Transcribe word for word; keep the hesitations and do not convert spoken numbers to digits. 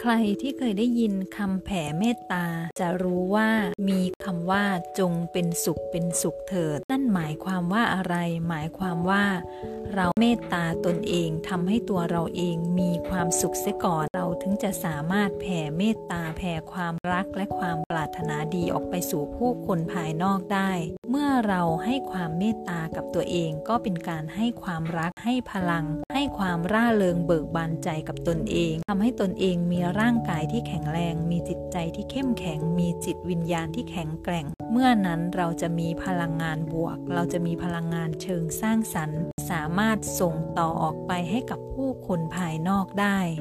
ใครที่เคยได้ยินคำแผ่เมตตาจะรู้ว่ามีคำว่าจงเป็นสุขเป็นสุขเถิดนั่นหมายความว่าอะไรหมายความว่าเราเมตตาตนเองทำให้ตัวเราเองมีความสุขเสียก่อนเราถึงจะสามารถแผ่เมตตาแผ่ความรักและความปรารถนาดีออกไปสู่ผู้คนภายนอกได้เมื่อเราให้ความเมตตากับตัวเองก็เป็นการให้ความรักให้พลังให้ความร่าเริงเบิกบานใจกับตนเองทำให้ตนเองมีร่างกายที่แข็งแรงมีจิตใจที่เข้มแข็งมีจิตวิญญาณที่แข็งแกร่งเมื่อนั้นเราจะมีพลังงานบวกเราจะมีพลังงานเชิงสร้างสรรค์สามารถส่งต่อออกไปให้กับผู้คนภายนอกได้